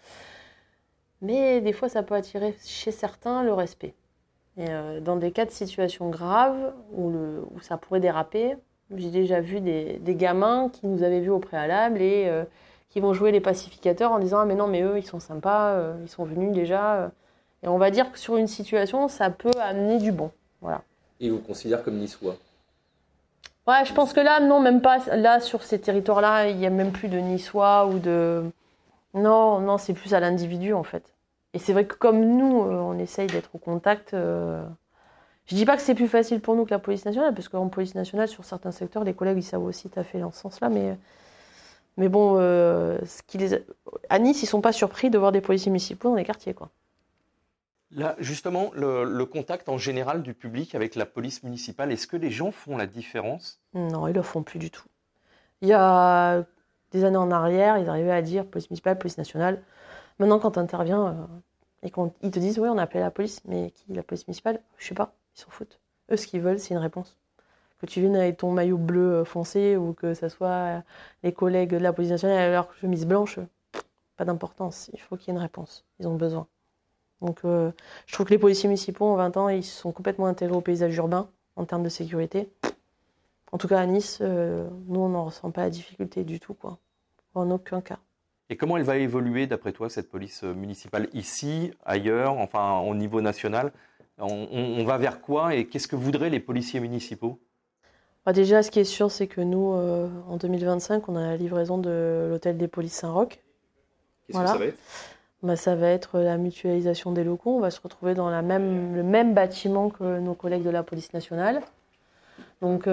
mais des fois ça peut attirer chez certains le respect. Et dans des cas de situation graves où ça pourrait déraper, j'ai déjà vu des gamins qui nous avaient vus au préalable et qui vont jouer les pacificateurs en disant « Ah mais non, mais eux, ils sont sympas, ils sont venus déjà. » Et on va dire que sur une situation, ça peut amener du bon. Voilà. Et vous considérez comme niçois? Ouais, je pense que là, non, même pas. Là, sur ces territoires-là, il n'y a même plus de niçois ou de... Non, c'est plus à l'individu, en fait. Et c'est vrai que comme nous, on essaye d'être au contact... Je dis pas que c'est plus facile pour nous que la police nationale, parce qu'en police nationale, sur certains secteurs, les collègues, ils savent aussi taffer dans ce sens-là, mais bon, à Nice, ils sont pas surpris de voir des policiers municipaux dans les quartiers, quoi. Là, justement, le contact en général du public avec la police municipale, est-ce que les gens font la différence? Non, ils le font plus du tout. Il y a des années en arrière, ils arrivaient à dire police municipale, police nationale. Maintenant, quand tu interviens et qu'ils te disent « Oui, on a appelé la police », mais qui, la police municipale? Je sais pas, ils s'en foutent. Eux, ce qu'ils veulent, c'est une réponse. Que tu viennes avec ton maillot bleu foncé ou que ce soit les collègues de la police nationale avec leur chemise blanche, pas d'importance. Il faut qu'il y ait une réponse. Ils ont besoin. Donc, je trouve que les policiers municipaux, en 20 ans, ils sont complètement intégrés au paysage urbain en termes de sécurité. En tout cas, à Nice, nous, on n'en ressent pas la difficulté du tout, quoi. En aucun cas. Et comment elle va évoluer, d'après toi, cette police municipale, ici, ailleurs, enfin, au niveau national? On va vers quoi et qu'est-ce que voudraient les policiers municipaux? Bah déjà, ce qui est sûr, c'est que nous, en 2025, on a la livraison de l'hôtel des polices Saint-Roch. Qu'est-ce que ça va être? Bah, ça va être la mutualisation des locaux. On va se retrouver dans le même bâtiment que nos collègues de la police nationale. Donc,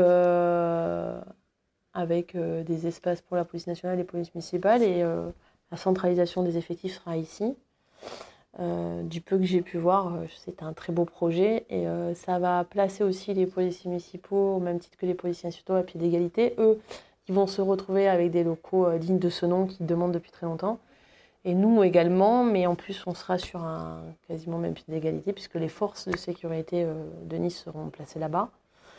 avec des espaces pour la police nationale et la police municipale. Et la centralisation des effectifs sera ici. Du peu que j'ai pu voir, c'est un très beau projet. Et ça va placer aussi les policiers municipaux, au même titre que les policiers nationaux, à pied d'égalité. Eux, qui vont se retrouver avec des locaux dignes de ce nom qu'ils demandent depuis très longtemps. Et nous également, mais en plus on sera sur un quasiment même pied d'égalité puisque les forces de sécurité de Nice seront placées là-bas.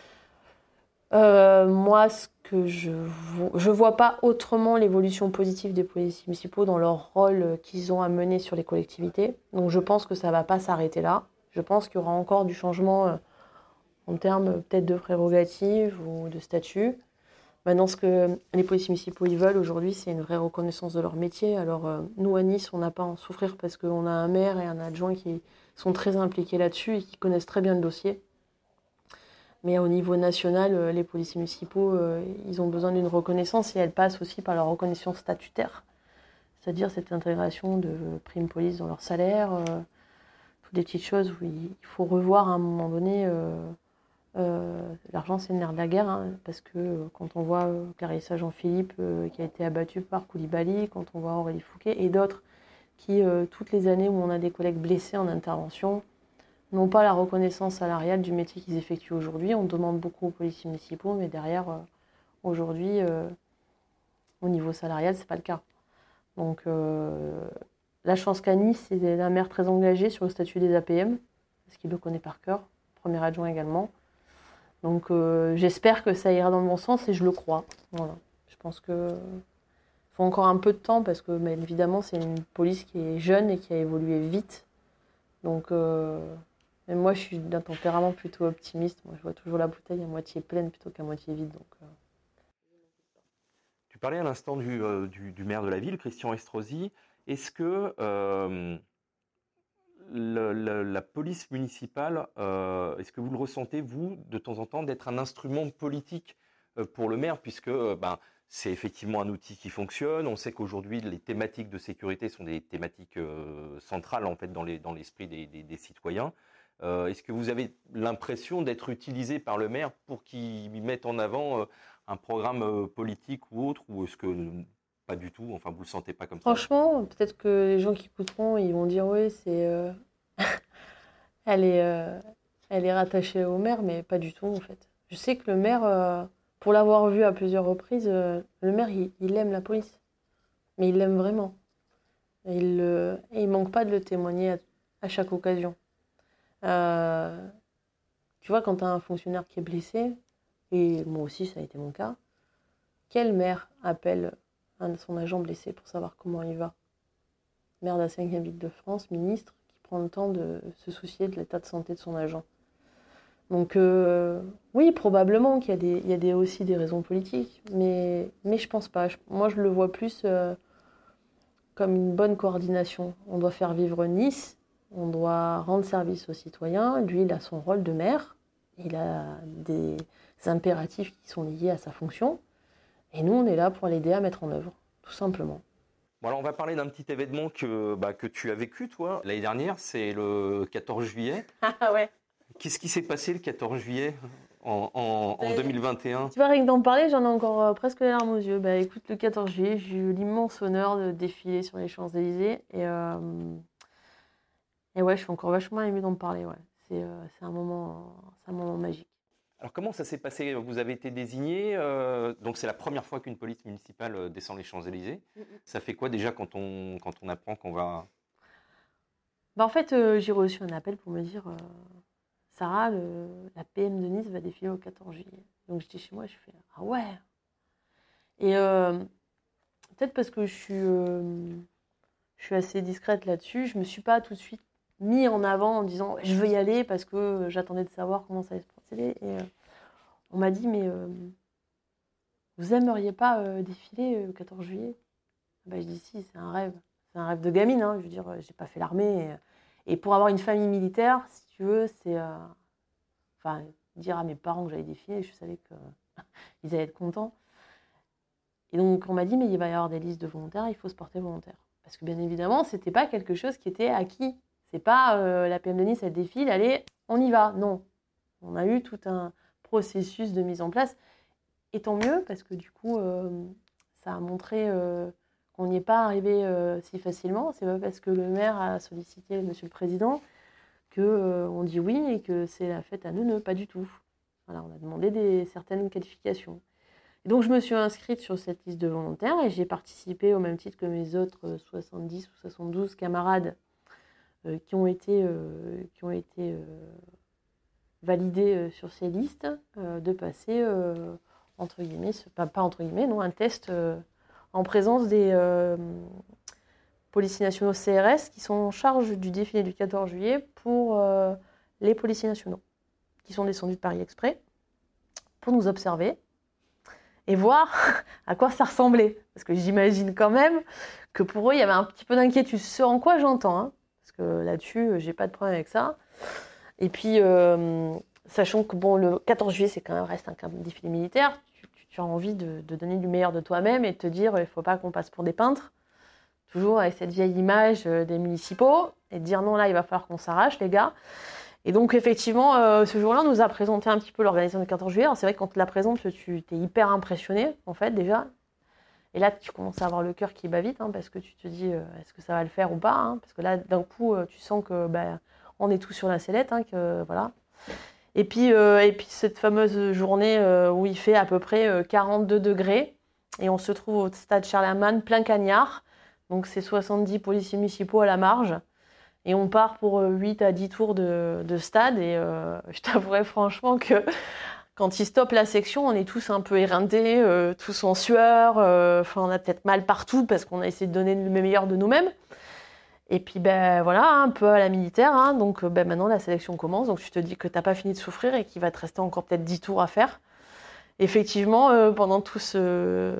Moi, ce que je vois pas autrement l'évolution positive des policiers municipaux dans leur rôle qu'ils ont à mener sur les collectivités. Donc je pense que ça va pas s'arrêter là. Je pense qu'il y aura encore du changement en termes peut-être de prérogatives ou de statut. Maintenant, ce que les policiers municipaux ils veulent aujourd'hui, c'est une vraie reconnaissance de leur métier. Alors, nous, à Nice, on n'a pas à en souffrir parce qu'on a un maire et un adjoint qui sont très impliqués là-dessus et qui connaissent très bien le dossier. Mais au niveau national, les policiers municipaux, ils ont besoin d'une reconnaissance et elle passe aussi par leur reconnaissance statutaire. C'est-à-dire cette intégration de primes police dans leur salaire, toutes des petites choses où il faut revoir à un moment donné... l'argent, c'est le nerf de la guerre, hein, parce que quand on voit Clarissa Jean-Philippe qui a été abattue par Koulibaly, quand on voit Aurélie Fouquet et d'autres qui, toutes les années où on a des collègues blessés en intervention, n'ont pas la reconnaissance salariale du métier qu'ils effectuent aujourd'hui. On demande beaucoup aux policiers municipaux, mais derrière, aujourd'hui, au niveau salarial, c'est pas le cas. Donc, la chance qu'à Nice, c'est la maire très engagée sur le statut des APM, parce qu'il le connaît par cœur, premier adjoint également. Donc j'espère que ça ira dans le bon sens et je le crois. Voilà. Je pense qu'il faut encore un peu de temps parce que mais évidemment c'est une police qui est jeune et qui a évolué vite. Donc mais moi je suis d'un tempérament plutôt optimiste. Moi je vois toujours la bouteille à moitié pleine plutôt qu'à moitié vide. Donc, Tu parlais à l'instant du maire de la ville, Christian Estrosi. Est-ce que la police municipale, est-ce que vous le ressentez, vous, de temps en temps, d'être un instrument politique pour le maire, puisque c'est effectivement un outil qui fonctionne. On sait qu'aujourd'hui, les thématiques de sécurité sont des thématiques centrales en fait dans l'esprit des citoyens. Est-ce que vous avez l'impression d'être utilisé par le maire pour qu'il mette en avant un programme politique ou autre, ou est-ce que pas du tout, enfin vous le sentez pas comme ça? Franchement, peut-être que les gens qui écouteront, ils vont dire oui, c'est elle est rattachée au maire, mais pas du tout en fait. Je sais que le maire, pour l'avoir vu à plusieurs reprises, le maire il aime la police, mais il l'aime vraiment. Et il manque pas de le témoigner à chaque occasion. Tu vois, quand tu as un fonctionnaire qui est blessé, et moi aussi ça a été mon cas, quel maire appelle son agent blessé pour savoir comment il va? Maire de la 5e ville de France, ministre, qui prend le temps de se soucier de l'état de santé de son agent. Donc oui, probablement qu'il y a aussi des raisons politiques, mais je pense pas. Moi, je le vois plus comme une bonne coordination. On doit faire vivre Nice, on doit rendre service aux citoyens. Lui, il a son rôle de maire, il a des impératifs qui sont liés à sa fonction, et nous, on est là pour l'aider à mettre en œuvre, tout simplement. Bon, alors on va parler d'un petit événement que tu as vécu, toi, l'année dernière, c'est le 14 juillet. Ah ouais. Qu'est-ce qui s'est passé le 14 juillet en 2021? Tu vois, rien que d'en parler, j'en ai encore presque les larmes aux yeux. Écoute, le 14 juillet, j'ai eu l'immense honneur de défiler sur les Champs-Élysées. Et ouais, je suis encore vachement émue d'en parler. Ouais. C'est un moment magique. Alors comment ça s'est passé? Vous avez été désigné, donc c'est la première fois qu'une police municipale descend les Champs-Élysées. Ça fait quoi déjà quand on apprend qu'on va... En fait, j'ai reçu un appel pour me dire Sarah, la PM de Nice va défiler au 14 juillet. Donc j'étais chez moi, je fais ah ouais. Et peut-être parce que je suis assez discrète là-dessus, je me suis pas tout de suite mis en avant en disant je veux y aller parce que j'attendais de savoir comment ça allait se procéder. Et on m'a dit mais vous aimeriez pas défiler le 14 juillet? Je dis si, c'est un rêve de gamine. Hein. Je veux dire, j'ai pas fait l'armée. Et pour avoir une famille militaire, si tu veux, c'est dire à mes parents que j'allais défiler, je savais qu'ils allaient être contents. Et donc on m'a dit mais il va y avoir des listes de volontaires, il faut se porter volontaire. Parce que bien évidemment, c'était pas quelque chose qui était acquis. C'est pas la PM de Nice, elle défile, allez, on y va. Non. On a eu tout un processus de mise en place. Et tant mieux, parce que du coup, ça a montré qu'on n'y est pas arrivé si facilement. C'est pas parce que le maire a sollicité Monsieur le Président qu'on dit oui et que c'est la fête à neuneux, pas du tout. Voilà, on a demandé certaines qualifications. Et donc je me suis inscrite sur cette liste de volontaires et j'ai participé au même titre que mes autres 70 ou 72 camarades qui ont été validés sur ces listes, de passer, entre guillemets, pas entre guillemets, non, un test en présence des policiers nationaux CRS qui sont en charge du défilé du 14 juillet pour les policiers nationaux, qui sont descendus de Paris exprès pour nous observer et voir à quoi ça ressemblait. Parce que j'imagine quand même que pour eux, il y avait un petit peu d'inquiétude. Ce en quoi j'entends, hein, parce que là-dessus, j'ai pas de problème avec ça. Et puis, sachant que le 14 juillet, c'est quand même reste un défilé militaire, tu as envie de donner du meilleur de toi-même et de te dire, il ne faut pas qu'on passe pour des peintres, toujours avec cette vieille image des municipaux, et de dire non, là, il va falloir qu'on s'arrache, les gars. Et donc, effectivement, ce jour-là, on nous a présenté un petit peu l'organisation du 14 juillet. Alors, c'est vrai que quand tu la présentes, tu es hyper impressionné, en fait, déjà. Et là, tu commences à avoir le cœur qui bat vite, hein, parce que tu te dis, est-ce que ça va le faire ou pas, hein, parce que là, d'un coup, tu sens que on est tous sur la sellette, hein, voilà. Et puis cette fameuse journée où il fait à peu près 42 degrés, et on se trouve au stade Charlemagne, plein cagnard. Donc, c'est 70 policiers municipaux à la marge. Et on part pour 8 à 10 tours de stade. Et je t'avouerai franchement que quand ils stoppent la section, on est tous un peu éreintés, tous en sueur. On a peut-être mal partout parce qu'on a essayé de donner le meilleur de nous-mêmes. Et puis, voilà, un peu à la militaire. Hein, donc, maintenant, la sélection commence. Donc, tu te dis que tu n'as pas fini de souffrir et qu'il va te rester encore peut-être 10 tours à faire. Effectivement, pendant tout ce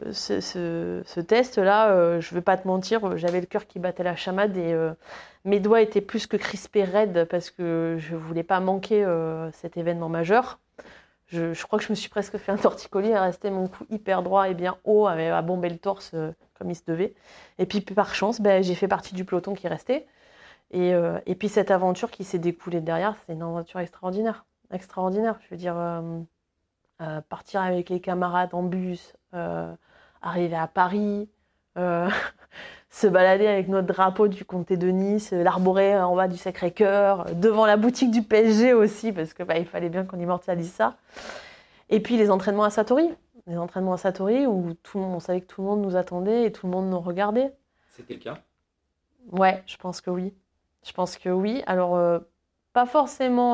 test-là, je ne vais pas te mentir, j'avais le cœur qui battait la chamade et mes doigts étaient plus que crispés raides parce que je ne voulais pas manquer cet événement majeur. Je crois que je me suis presque fait un torticolis à rester mon cou hyper droit et bien haut, à bomber le torse comme il se devait. Et puis par chance, j'ai fait partie du peloton qui restait. Et puis cette aventure qui s'est découlée derrière, c'est une aventure extraordinaire. Extraordinaire. Je veux dire, partir avec les camarades en bus, arriver à Paris, se balader avec notre drapeau du comté de Nice, l'arborer en bas du Sacré-Cœur, devant la boutique du PSG aussi, parce que il fallait bien qu'on immortalise ça. Et puis les entraînements à Satori. Les entraînements à Satori où on savait que tout le monde nous attendait et tout le monde nous regardait. C'était le cas ? Ouais, je pense que oui. Je pense que oui. Alors, pas forcément...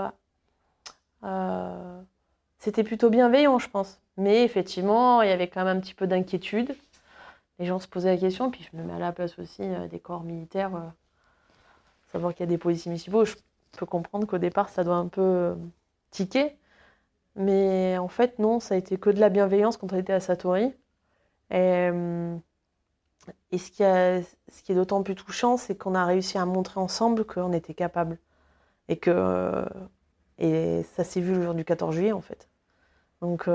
c'était plutôt bienveillant, je pense. Mais effectivement, il y avait quand même un petit peu d'inquiétude. Les gens se posaient la question, puis je me mets à la place aussi des corps militaires. Savoir qu'il y a des policiers municipaux, je peux comprendre qu'au départ, ça doit un peu tiquer. Mais en fait, non, ça a été que de la bienveillance quand on était à Satori. Et ce qui est d'autant plus touchant, c'est qu'on a réussi à montrer ensemble qu'on était capable. Et ça s'est vu le jour du 14 juillet, en fait. Donc,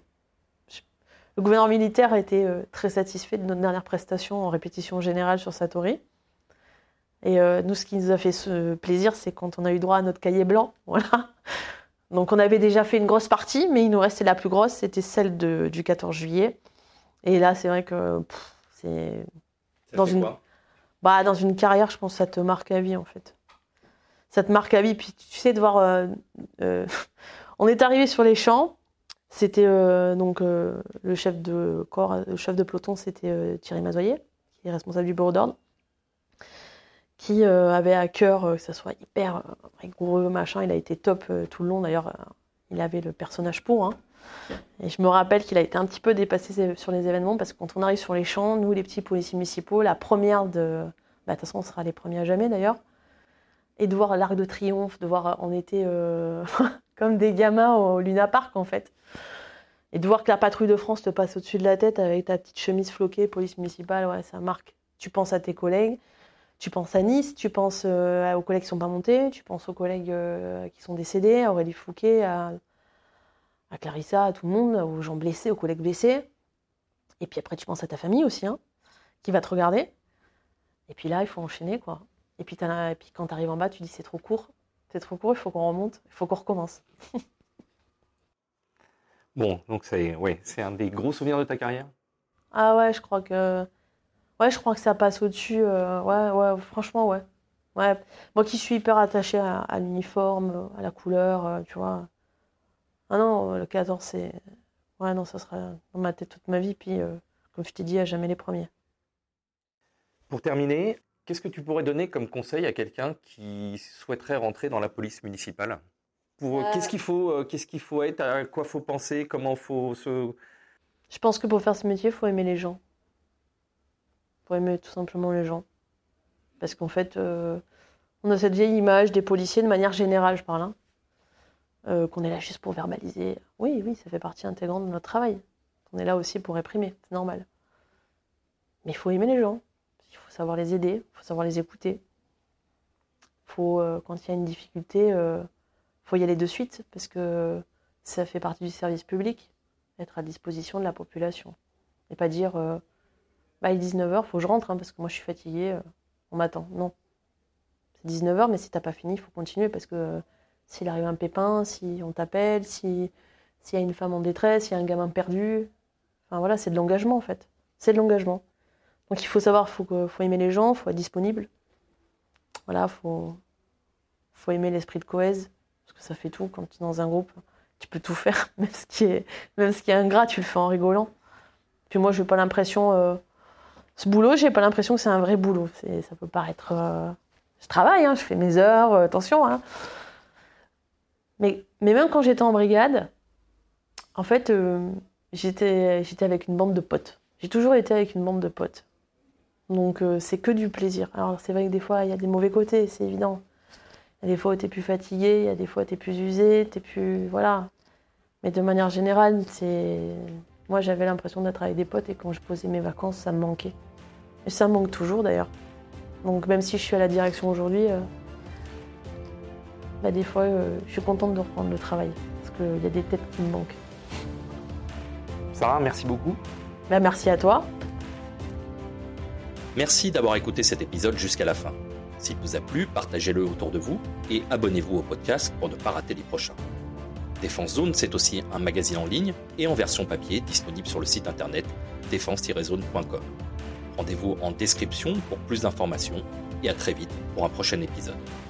le gouverneur militaire a été très satisfait de notre dernière prestation en répétition générale sur Satori. Et nous, ce qui nous a fait ce plaisir, c'est quand on a eu droit à notre cahier blanc. Voilà. Donc, on avait déjà fait une grosse partie, mais il nous restait la plus grosse, c'était celle du 14 juillet. Et là, c'est vrai que c'est... Dans une carrière, je pense que ça te marque à vie, en fait. Ça te marque à vie. Puis, tu sais, de voir... on est arrivé sur les champs. C'était le chef de corps, le chef de peloton, c'était Thierry Mazoyer, qui est responsable du bureau d'ordre, qui avait à cœur que ça soit hyper rigoureux, machin. Il a été top tout le long. D'ailleurs, il avait le personnage pour. Hein. Et je me rappelle qu'il a été un petit peu dépassé sur les événements parce que quand on arrive sur les champs, nous, les petits policiers municipaux, la première de... de toute façon, on sera les premiers à jamais, d'ailleurs. Et de voir l'Arc de Triomphe, on était comme des gamins au Luna Park, en fait. Et de voir que la patrouille de France te passe au-dessus de la tête avec ta petite chemise floquée, police municipale, ouais, ça marque. Tu penses à tes collègues, tu penses à Nice, tu penses aux collègues qui ne sont pas montés, tu penses aux collègues qui sont décédés, à Aurélie Fouquet, à Clarissa, à tout le monde, aux gens blessés, aux collègues blessés. Et puis après, tu penses à ta famille aussi, hein, qui va te regarder. Et puis là, il faut enchaîner, quoi. Et puis quand tu arrives en bas, tu dis c'est trop court, il faut qu'on remonte, il faut qu'on recommence. Bon, donc c'est un des gros souvenirs de ta carrière ? Ah ouais, je crois que ça passe au-dessus. Ouais, franchement, ouais. Ouais. Moi qui suis hyper attachée à l'uniforme, à la couleur, tu vois. Ah non, le 14, c'est... Ouais, non, ça sera dans ma tête toute ma vie. Puis, comme je t'ai dit, à jamais les premiers. Pour terminer, qu'est-ce que tu pourrais donner comme conseil à quelqu'un qui souhaiterait rentrer dans la police municipale ? Qu'est-ce qu'il faut être, à quoi faut penser, comment faut se... Je pense que pour faire ce métier, il faut aimer les gens. Il faut aimer tout simplement les gens. Parce qu'en fait, on a cette vieille image des policiers, de manière générale, je parle, hein, qu'on est là juste pour verbaliser. Oui, ça fait partie intégrante de notre travail. On est là aussi pour réprimer, c'est normal. Mais il faut aimer les gens. Il faut savoir les aider, il faut savoir les écouter. Faut, quand il y a une difficulté... faut y aller de suite parce que ça fait partie du service public, être à disposition de la population. Et pas dire, il est 19h, il faut que je rentre, hein, parce que moi je suis fatiguée, on m'attend. Non. C'est 19h, mais si t'as pas fini, il faut continuer parce que s'il arrive un pépin, si on t'appelle, s'il y a une femme en détresse, s'il y a un gamin perdu, enfin voilà, c'est de l'engagement en fait. C'est de l'engagement. Donc il faut savoir, faut aimer les gens, il faut être disponible. Voilà, faut aimer l'esprit de cohèse. Parce que ça fait tout, quand tu es dans un groupe, tu peux tout faire, même ce qui est ingrat, tu le fais en rigolant. Puis moi, j'ai pas l'impression, ce boulot, j'ai pas l'impression que c'est un vrai boulot. Ça peut paraître, je travaille, hein, je fais mes heures, attention. Hein. Mais même quand j'étais en brigade, en fait, j'étais avec une bande de potes. J'ai toujours été avec une bande de potes. Donc c'est que du plaisir. Alors c'est vrai que des fois, il y a des mauvais côtés, c'est évident. Il y a des fois où t'es plus fatigué, il y a des fois où t'es plus usé, t'es plus... Voilà. Mais de manière générale, moi j'avais l'impression d'être avec des potes et quand je posais mes vacances, ça me manquait. Et ça me manque toujours d'ailleurs. Donc même si je suis à la direction aujourd'hui, des fois je suis contente de reprendre le travail. Parce qu'il y a des têtes qui me manquent. Sarah, merci beaucoup. Merci à toi. Merci d'avoir écouté cet épisode jusqu'à la fin. S'il vous a plu, partagez-le autour de vous et abonnez-vous au podcast pour ne pas rater les prochains. Défense Zone, c'est aussi un magazine en ligne et en version papier disponible sur le site internet défense-zone.com. Rendez-vous en description pour plus d'informations et à très vite pour un prochain épisode.